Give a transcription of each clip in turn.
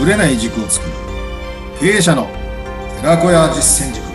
ぶれない軸を作る経営者の寺子屋実践塾。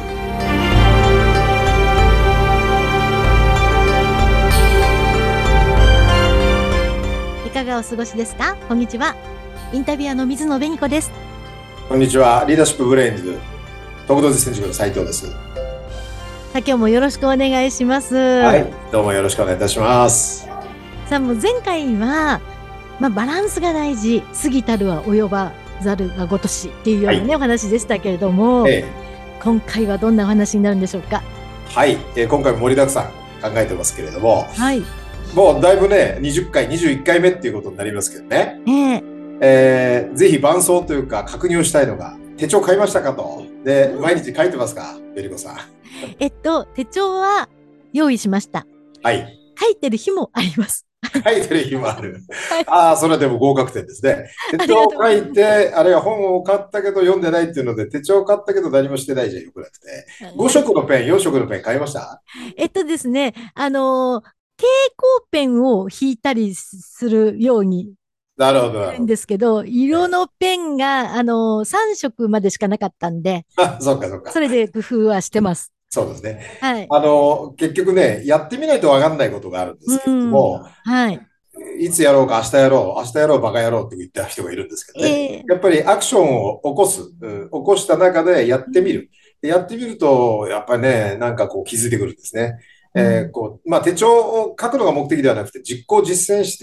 いかがお過ごしですか？こんにちは。インタビュアーの水野紅子です。 こんにちは。リーダーシップブレインズ徳道実践塾の斉藤です。 さあ、今日もよろしくお願いします。 はい、どうもよろしくお願いいたします。 さあ、もう前回は、バランスが大事、過ぎたるは及ばざるが如しっていうようなね、お話でしたけれども、今回はどんなお話になるんでしょうか？ はい、今回も盛りだくさん考えてますけれども、 はい、 もうだいぶね、20回、21回目っていうことになりますけどね、ぜひ伴走というか確認をしたいのが、手帳買いましたかと。で、毎日書いてますか、ベリコさん。 手帳は用意しました。 はい。 書いてる日もあります。 書いてる日もある。 はい、 それはでも合格点ですね。手帳を書いて、あるいは本を買ったけど読んでないっていうので、手帳を買ったけど何もしてないじゃよくなくて。5色のペン、4色のペン買いました？ ですね、蛍光ペンを引いたりするようになるほど。 んですけど、色のペンが、3色までしかなかったんで、 そうかそうか。 それで工夫はしてます。 そうですね。 はい。 結局ね、やってみないと分かんないことがあるんですけれども、 はい。 いつやろうか、明日やろう、明日やろう、バカやろうって言った人がいるんですけどね。やっぱりアクションを起こす、起こした中でやってみる。やってみると、やっぱりね、なんかこう気づいてくるんですね。手帳を書くのが目的ではなくて、実行実践して、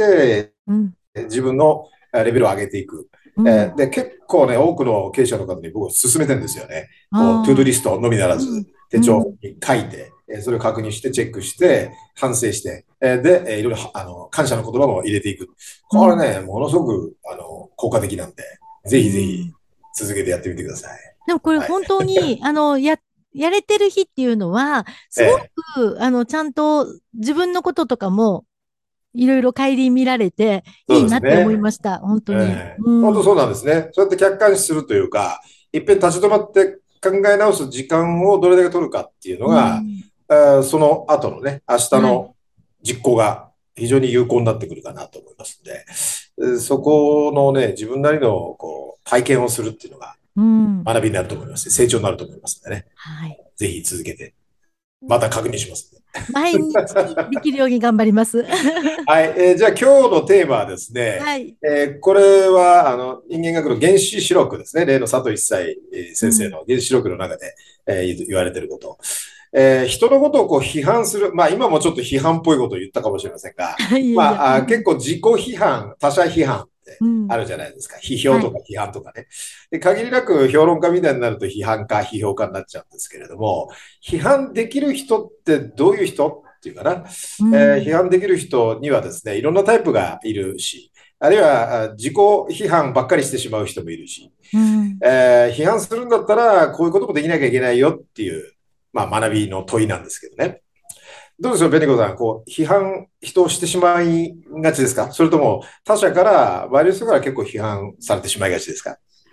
自分のレベルを上げていく。で、結構ね、多くの経営者の方に僕は勧めてるんですよね。こうトゥードゥリストのみならず、手帳に書いて、それを確認して、チェックして、反省して、で、いろいろ、感謝の言葉も入れていく。これね、ものすごく、効果的なんで、ぜひぜひ続けてやってみてください。 でもこれ本当に、やれてる日っていうのは、すごく、ちゃんと自分のこととかも、いろいろ顧みられて、いいなって思いました。本当に。 本当そうなんですね。そうやって客観視するというか、いっぺん立ち止まって考え直す時間をどれだけ取るかっていうのが、その後のね、明日の実行が非常に有効になってくるかなと思いますので、そこのね、自分なりのこう体験をするっていうのが学びになると思います。成長になると思いますのでね。はい、ぜひ続けて、また確認します、ね。 毎日できるように頑張ります。 はい、じゃあ今日のテーマはですね、はい、これは人間学の原子視録ですね。例の佐藤一斎先生の原子視録の中で、言われていること。人のことをこう批判する、今もちょっと批判っぽいことを言ったかもしれませんが、結構自己批判、他者批判ってあるじゃないですか。批評とか批判とかね。で、限りなく評論家みたいになると批判家、批評家になっちゃうんですけれども、批判できる人ってどういう人っていうかな、批判できる人にはですね、いろんなタイプがいるし、あるいは自己批判ばっかりしてしまう人もいるし、批判するんだったらこういうこともできなきゃいけないよっていう、学びの問いなんですけどね。どうでしょう、ベニコさん、こう、批判、人をしてしまいがちですか？それとも他者から、周りの人から結構批判されてしまいがちですか？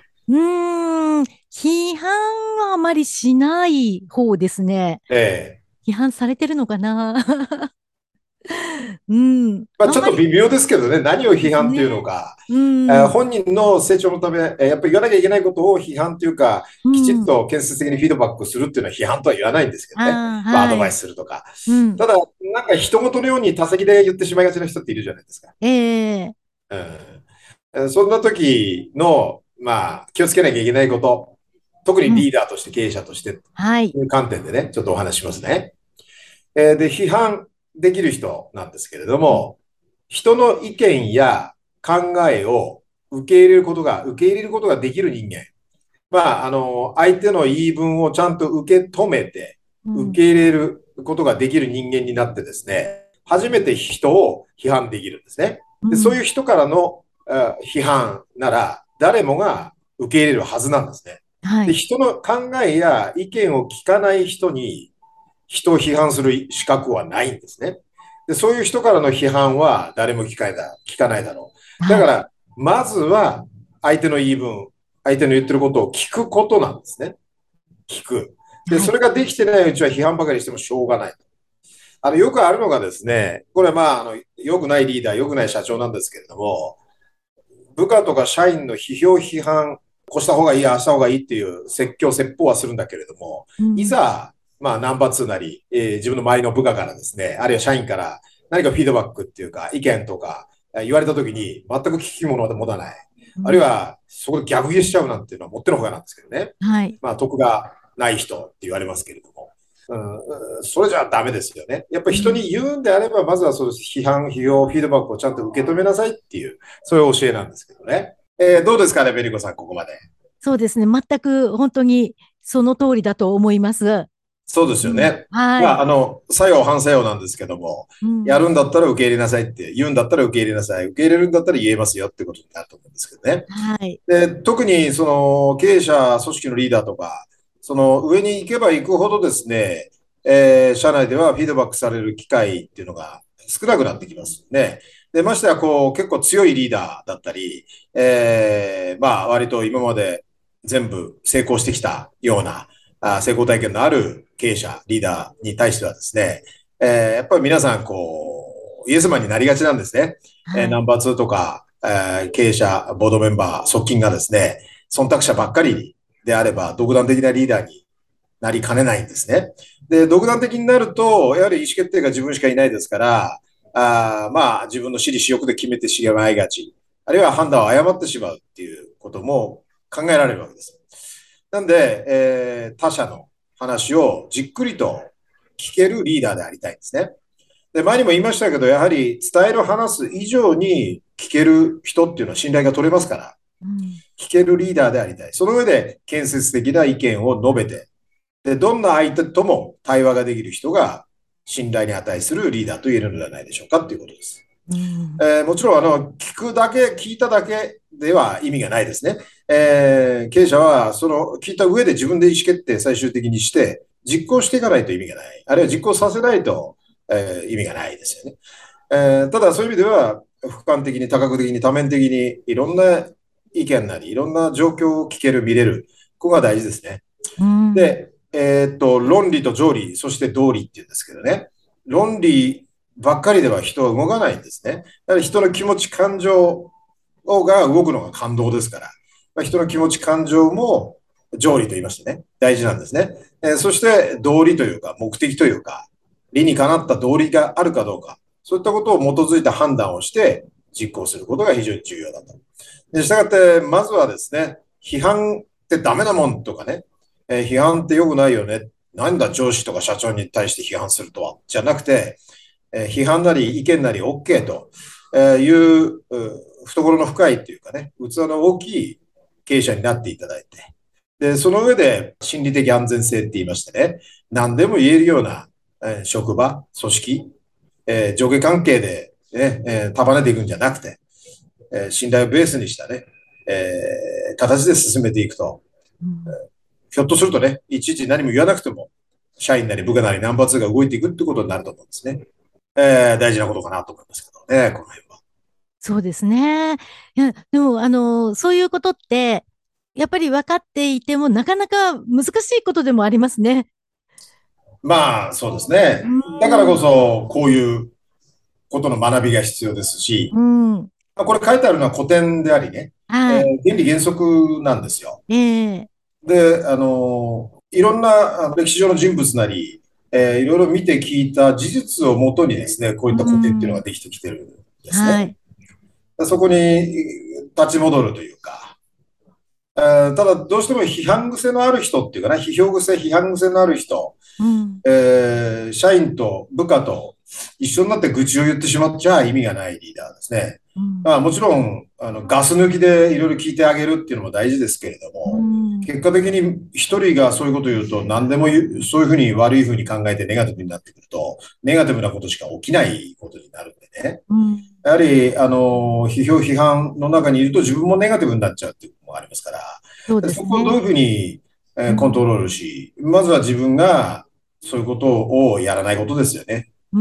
批判はあまりしない方ですね。批判されてるのかなちょっと微妙ですけどね、何を批判っていうのか、本人の成長のため、やっぱり言わなきゃいけないことを批判というか、きちっと建設的にフィードバックするっていうのは批判とは言わないんですけどね。アドバイスするとか。ただ、なんか人事のように他責で言ってしまいがちな人っているじゃないですか。そんな時の、気をつけなきゃいけないこと、特にリーダーとして経営者として、という観点でね、ちょっとお話ししますね。で、批判できる人なんですけれども、人の意見や考えを受け入れることができる人間。相手の言い分をちゃんと受け止めて、受け入れることができる人間になってですね、初めて人を批判できるんですね。でそういう人からの批判なら、誰もが受け入れるはずなんですね。で人の考えや意見を聞かない人に、人を批判する資格はないんですね。でそういう人からの批判は誰も聞かないだろう。だから、まずは相手の言い分、相手の言ってることを聞くことなんですね。聞く。で、それができてないうちは批判ばかりしてもしょうがない。よくあるのがですね、これ良くないリーダー、良くない社長なんですけれども、部下とか社員の批評批判こうした方がいい、ああした方がいいっていう説教、説法はするんだけれども、いざ、まあ、ナンバー2なり、自分の周りの部下からですね、あるいは社員から何かフィードバックっていうか、意見とか言われたときに、全く聞き物で持たない。あるいは、そこで逆ギレしちゃうなんていうのはもってのほかなんですけどね。 はい。 まあ、得がない人って言われますけれども。それじゃダメですよね。やっぱり人に言うんであれば、まずはその批判、批評、フィードバックをちゃんと受け止めなさいっていう、そういう教えなんですけどね。どうですかね、ベリコさん、ここまで。 そうですね。全く本当にその通りだと思います。 そうですよね。 はい。 まあ、作用、反作用なんですけども、やるんだったら受け入れなさいって、言うんだったら受け入れなさい。受け入れるんだったら言えますよってことになると思うんですけどね。 はい。 で、特に、その、経営者、組織のリーダーとか、その、上に行けば行くほどですね、社内ではフィードバックされる機会っていうのが少なくなってきますね。で、ましてや、こう、結構強いリーダーだったり、まあ、割と今まで全部成功してきたような、成功体験のある経営者、リーダーに対してはですね、やっぱり皆さん、こう、イエスマンになりがちなんですね。 はい。 ナンバー2とか、経営者、ボードメンバー、側近がですね、忖度者ばっかりであれば、独断的なリーダーになりかねないんですね。で、独断的になると、やはり意思決定が自分しかいないですから、まあ、自分の私利私欲で決めてしまいがち。あるいは判断を誤ってしまうっていうことも考えられるわけです。なんで、他者の話をじっくりと聞けるリーダーでありたいんですね。で、前にも言いましたけど、やはり伝える、話す以上に聞ける人っていうのは信頼が取れますから、聞けるリーダーでありたい。その上で建設的な意見を述べて、で、どんな相手とも対話ができる人が信頼に値するリーダーと言えるのではないでしょうかということです。もちろん、聞くだけ、聞いただけでは意味がないですね。経営者は、その、聞いた上で自分で意思決定最終的にして、実行していかないと意味がない。あるいは実行させないと、意味がないですよね。ただ、そういう意味では、俯瞰的に多角的に多面的にいろんな意見なり、いろんな状況を聞ける、見れる。ここが大事ですね。で、論理と条理、そして道理っていうんですけどね。論理ばっかりでは人は動かないんですね。やはり人の気持ち、感情が動くのが感動ですから、まあ、人の気持ち、感情も条理と言いましてね、大事なんですね。そして道理というか、目的というか、理にかなった道理があるかどうか、そういったことを基づいた判断をして実行することが非常に重要だと。で、したがって、まずはですね、批判ってダメなもんとかね、批判って良くないよね。なんだ上司とか社長に対して批判するとは。じゃなくて、批判なり意見なり OK という懐の深いっていうかね、器の大きい経営者になっていただいて、で、その上で心理的安全性って言いましてね、何でも言えるような、職場、組織、上下関係で、ね束ねていくんじゃなくて、信頼をベースにしたね、形で進めていくと、ひょっとするとね、いちいち何も言わなくても、社員なり部下なりナンバー2が動いていくってことになると思うんですね。大事なことかなと思いますけどね、この辺は。 そうですね。いや、でも、そういうことって、やっぱり分かっていても、なかなか難しいことでもありますね。 まあ、そうですね。 うだからこん。 そ、こういうことの学びが必要ですし、 うん。 これ書いてあるのは古典でありね、 はい。 原理原則なんですよ。 ええ。 で、いろんな歴史上の人物なり、いろいろ見て聞いた事実をもとにですね、こういうった古典っていうのがん。 できてきてるんですね。 はい。 そこに立ち戻るというか、ただどうしても批判癖のある人っていうかな、批評癖、批判癖のある人、 うん。 社員と部下と一緒になって愚痴を言ってしまっちゃ意味がないリーダーですね。 うん。 まあもちろん、ガス抜きでいろいろ聞いてあげるっていうのも大事ですけれどうも、 ん。 結果的に一人がそういうことを言うと何でも言う、そういうふうに悪いふうに考えてネガティブになってくると、ネガティブなことしか起きないことになるんでね。 うん。 やはり、批評、批判の中にいると自分もネガティブになっちゃうっていうこともありますかそうら、 ですね。 そこをどういうふうに、 うん。 コントロールし、まずは自分がそういうことをやらないことですよね。 うん。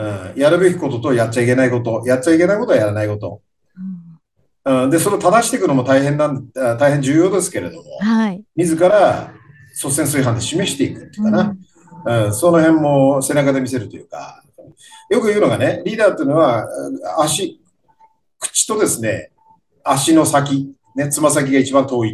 うん、やるべきこととやっちゃいけないこと、やっちゃいけないことはやらないこと。 うん。 うん、で、それを正していくのも大変重要ですけれども、 はい。 自ら率先垂範で示していくっていうかな。 うん。 その辺も背中で見せるというか、よく言うのがね、リーダーっていうのは、口とですね、足の先、ね、つま先が一番遠い。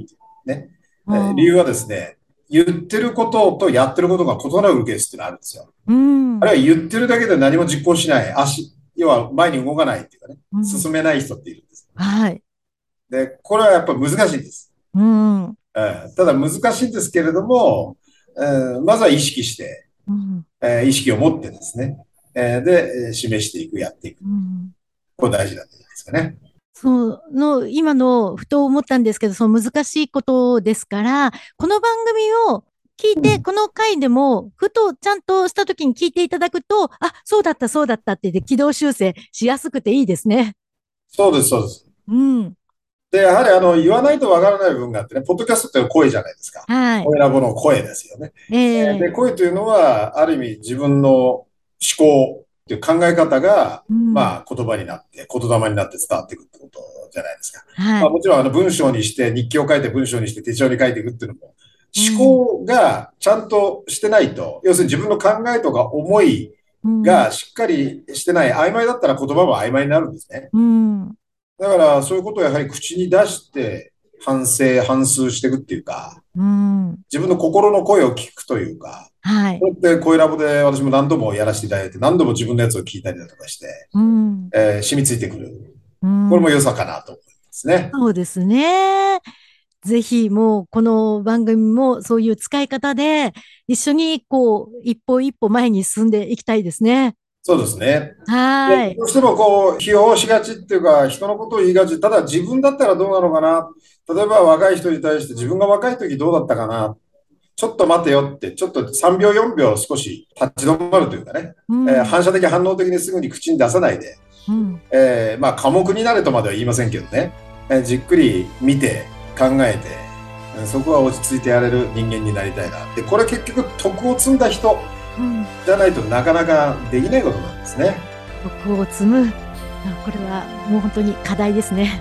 ね。理由はですね、言ってることとやってることが異なるケースっていうのがあるんですよ。あるいは言ってるだけで何も実行しない、要は前に動かないっていうかね、進めない人っているんです。 はい。 で、これはやっぱ難しいんです。ただ難しいんですけれども、まずは意識して、意識を持ってですね、で、示していく、やっていく。これ大事なんじゃないですかね。 今のふと思ったんですけど、その難しいことですから、この番組を聞いて、この回でも、ふとちゃんとした時に聞いていただくと、あ、そうだった、そうだったって言って軌道修正しやすくていいですね。 そうです、そうです。で、やはり言わないとわからない部分があってね、ポッドキャストって声じゃないですか。 はい。 声ラボの声ですよね。で、声というのは、ある意味自分の思考っていう考え方が、まあ言葉になって、言霊になって伝わっていくってことじゃないですか。 はい。 まあ、もちろん文章にして、日記を書いて文章にして手帳に書いていくっていうのも、思考がちゃんとしてないと、要するに自分の考えとか思いがしっかりしてない、曖昧だったら言葉も曖昧になるんですね。だからそういうことをやはり口に出して反省、反芻していくっていうか、自分の心の声を聞くというか、 はい。 こうやって声ラボで私も何度もやらせていただいて、何度も自分のやつを聞いたりだとかして、染みついてくる。これも良さかなと思いますね。 そうですね。ぜひもうこの番組もそういう使い方で一緒にこう一歩一歩前に進んでいきたいですね。 そうですね。 はい。 どうしてもこう、批評しがちっていうか、人のことを言いがち。ただ自分だったらどうなのかな。例えば若い人に対して自分が若い時どうだったかな。ちょっと待てよって、ちょっと3秒、4秒少し立ち止まるというかね。反射的、反応的にすぐに口に出さないで。まあ、寡黙になれとまでは言いませんけどね。じっくり見て、考えて、そこは落ち着いてやれる人間になりたいな。で、これ結局徳を積んだ人じゃないとなかなかできないことなんですね。 徳を積む。これはもう本当に課題ですね。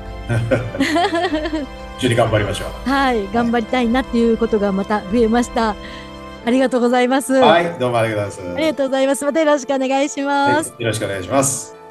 一緒に頑張りましょう。 はい、頑張りたいなっていうことがまた増えました。ありがとうございます。 はい、どうもありがとうございます。 ありがとうございます。またよろしくお願いします。 よろしくお願いします。